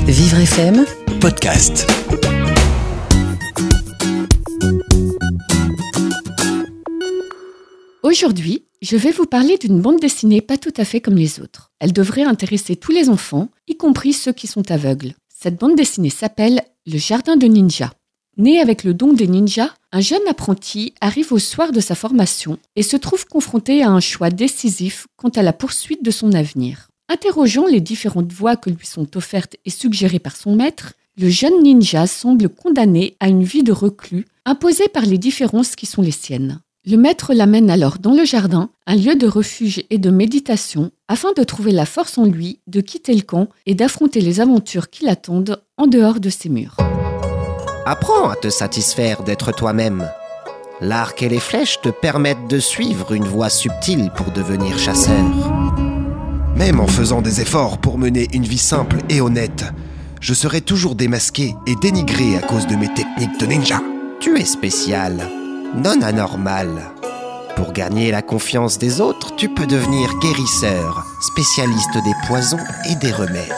Vivre FM Podcast. Aujourd'hui, je vais vous parler d'une bande dessinée pas tout à fait comme les autres. Elle devrait intéresser tous les enfants, y compris ceux qui sont aveugles. Cette bande dessinée s'appelle Le Jardin de Ninja. Né avec le don des ninjas, un jeune apprenti arrive au soir de sa formation et se trouve confronté à un choix décisif quant à la poursuite de son avenir. Interrogeant les différentes voies que lui sont offertes et suggérées par son maître, le jeune ninja semble condamné à une vie de reclus, imposée par les différences qui sont les siennes. Le maître l'amène alors dans le jardin, un lieu de refuge et de méditation, afin de trouver la force en lui de quitter le camp et d'affronter les aventures qui l'attendent en dehors de ses murs. Apprends à te satisfaire d'être toi-même. L'arc et les flèches te permettent de suivre une voie subtile pour devenir chasseur. Même en faisant des efforts pour mener une vie simple et honnête, je serai toujours démasqué et dénigré à cause de mes techniques de ninja. Tu es spécial, non anormal. Pour gagner la confiance des autres, tu peux devenir guérisseur, spécialiste des poisons et des remèdes.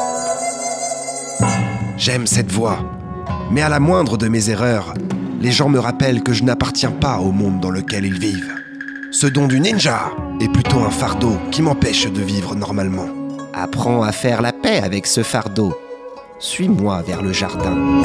J'aime cette voie, mais à la moindre de mes erreurs, les gens me rappellent que je n'appartiens pas au monde dans lequel ils vivent. Ce don du ninja est plutôt un fardeau qui m'empêche de vivre normalement. Apprends à faire la paix avec ce fardeau. Suis-moi vers le jardin.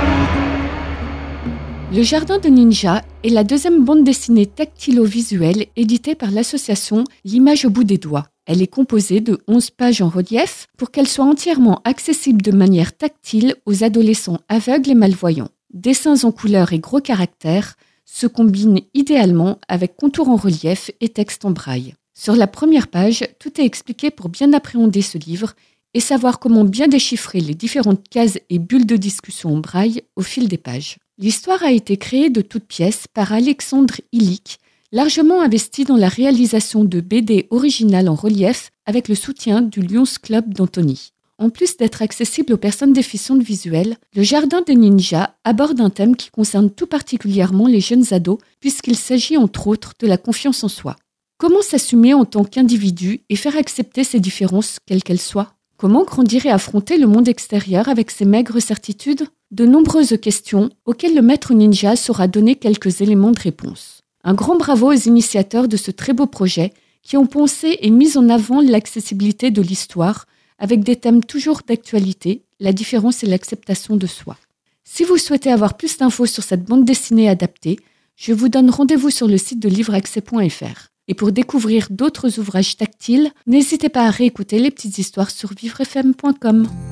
Le Jardin de Ninja est la deuxième bande dessinée tactilo-visuelle éditée par l'association L'Image au bout des doigts. Elle est composée de 11 pages en relief pour qu'elle soit entièrement accessible de manière tactile aux adolescents aveugles et malvoyants. Dessins en couleurs et gros caractères se combinent idéalement avec contours en relief et texte en braille. Sur la première page, tout est expliqué pour bien appréhender ce livre et savoir comment bien déchiffrer les différentes cases et bulles de discussion en braille au fil des pages. L'histoire a été créée de toutes pièces par Alexandre Illich, largement investi dans la réalisation de BD originales en relief avec le soutien du Lions Club d'Antony. En plus d'être accessible aux personnes déficientes visuelles, le Jardin des Ninjas aborde un thème qui concerne tout particulièrement les jeunes ados puisqu'il s'agit entre autres de la confiance en soi. Comment s'assumer en tant qu'individu et faire accepter ses différences, quelles qu'elles soient ? Comment grandir et affronter le monde extérieur avec ses maigres certitudes ? De nombreuses questions auxquelles le maître ninja saura donner quelques éléments de réponse. Un grand bravo aux initiateurs de ce très beau projet qui ont pensé et mis en avant l'accessibilité de l'histoire avec des thèmes toujours d'actualité, la différence et l'acceptation de soi. Si vous souhaitez avoir plus d'infos sur cette bande dessinée adaptée, je vous donne rendez-vous sur le site de livreaccès.fr. Et pour découvrir d'autres ouvrages tactiles, n'hésitez pas à réécouter les petites histoires sur vivrefm.com.